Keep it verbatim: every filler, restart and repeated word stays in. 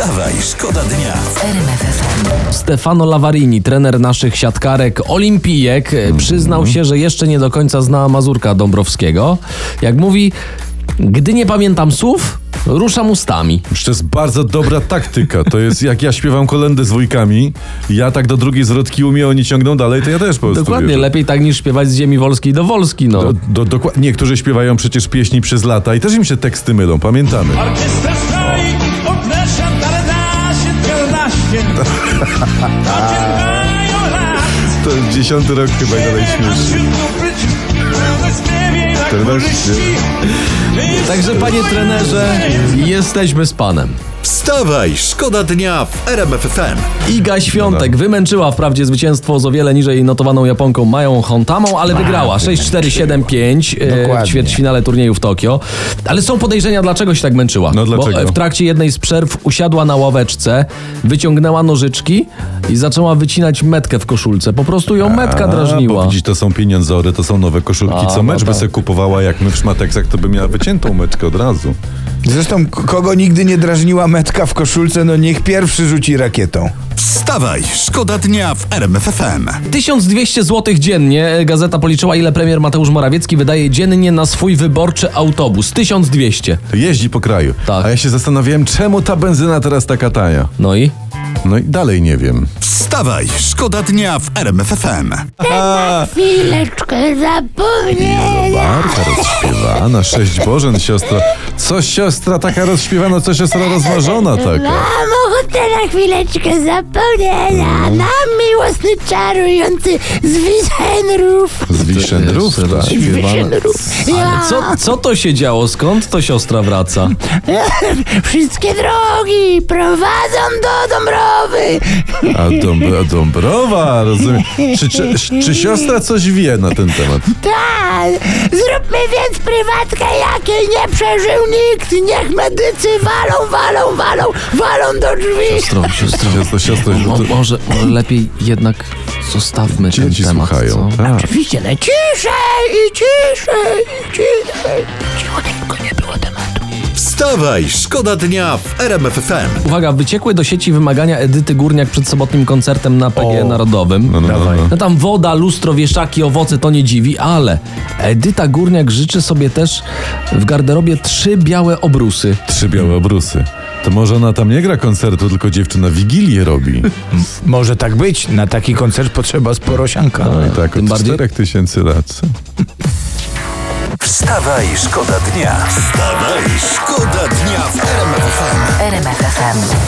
Wstawaj, szkoda dnia w R M F F M. Stefano Lavarini, trener naszych siatkarek olimpijek, przyznał się, że jeszcze nie do końca zna Mazurka Dąbrowskiego. Jak mówi, gdy nie pamiętam słów, ruszam ustami. To jest bardzo dobra taktyka. To jest jak ja śpiewam kolędę z wujkami, ja tak do drugiej zwrotki umiem, oni ciągną dalej, to ja też po prostu Dokładnie, wierzę. lepiej tak niż śpiewać z ziemi wolskiej do Wolski, no. Do, do, dokładnie. Niektórzy śpiewają przecież pieśni przez lata i też im się teksty mylą, pamiętamy. Orkiestra stoi, określa czternaście, czternaście. To jest dziesiąty rok chyba i dalej śmieszny. czternaście. Także panie trenerze, jesteśmy z panem. Wstawaj, szkoda dnia w R M F F M. Iga Świątek wymęczyła wprawdzie zwycięstwo z o wiele niżej notowaną Japonką Mają Hontamą, ale wygrała sześć cztery siedem pięć w ćwierćfinale turnieju w Tokio. Ale są podejrzenia, dlaczego się tak męczyła. No dlaczego? Bo w trakcie jednej z przerw usiadła na ławeczce, wyciągnęła nożyczki i zaczęła wycinać metkę w koszulce. Po prostu ją metka A, drażniła. bo widzisz, to są pieniądzory, to są nowe koszulki. A, Co mecz no by tak. sobie kupowała, jak my w szmateksach, to by miała wyciętą meczkę od razu. Zresztą k- kogo nigdy nie drażniła metka w koszulce, no niech pierwszy rzuci rakietą. Wstawaj, szkoda dnia w R M F F M. tysiąc dwieście złotych dziennie. Gazeta policzyła, ile premier Mateusz Morawiecki wydaje dziennie na swój wyborczy autobus. tysiąc dwieście. To jeździ po kraju. Tak. A ja się zastanawiałem, czemu ta benzyna teraz taka tania. No i? No i dalej nie wiem. Wstawaj, szkoda dnia w R M F F M. Chwileczkę zapomnienia. Barka rozśpiewana, sześć Bożen, siostra. Co siostra taka rozśpiewana, co siostra rozmarzona taka. Mam ochotę na chwileczkę zapomnienia. Na miłosny, czarujący z Wisenrów. Z Wiszenrów, tak. Wisenrów. Ale co, co to się działo? Skąd to siostra wraca? Wszystkie drogi prowadzą do Dąbrowy. A, Dąb a Dąbrowa, rozumiem. Czy, czy, czy siostra coś wie na ten temat? Tak, zróbmy więc prywatkę, jakiej nie przeżył nikt. Niech medycy walą, walą, walą, walą do drzwi. Siostro, siostro. Siostro, siostro, Mo, to- może, może lepiej jednak zostawmy ten Dzieci temat, słuchają. co? Tak. Oczywiście, najciszej i ciszej, i ciszej. Cichutko, nie było tematu. Wstawaj, szkoda dnia w R M F F M. Uwaga, wyciekły do sieci wymagania Edyty Górniak przed sobotnim koncertem na P G O. Narodowym. No, no, no, no. No tam woda, lustro, wieszaki, owoce, to nie dziwi, ale Edyta Górniak życzy sobie też w garderobie trzy białe obrusy. Trzy białe obrusy. To może ona tam nie gra koncertu, tylko dziewczyna wigilię robi. Może tak być, na taki koncert potrzeba sporo sianka. No i tak, Tym od bardziej- czterech tysięcy lat. Wstawaj, szkoda dnia. Wstawaj, szkoda dnia w R M F F M. R M F F M.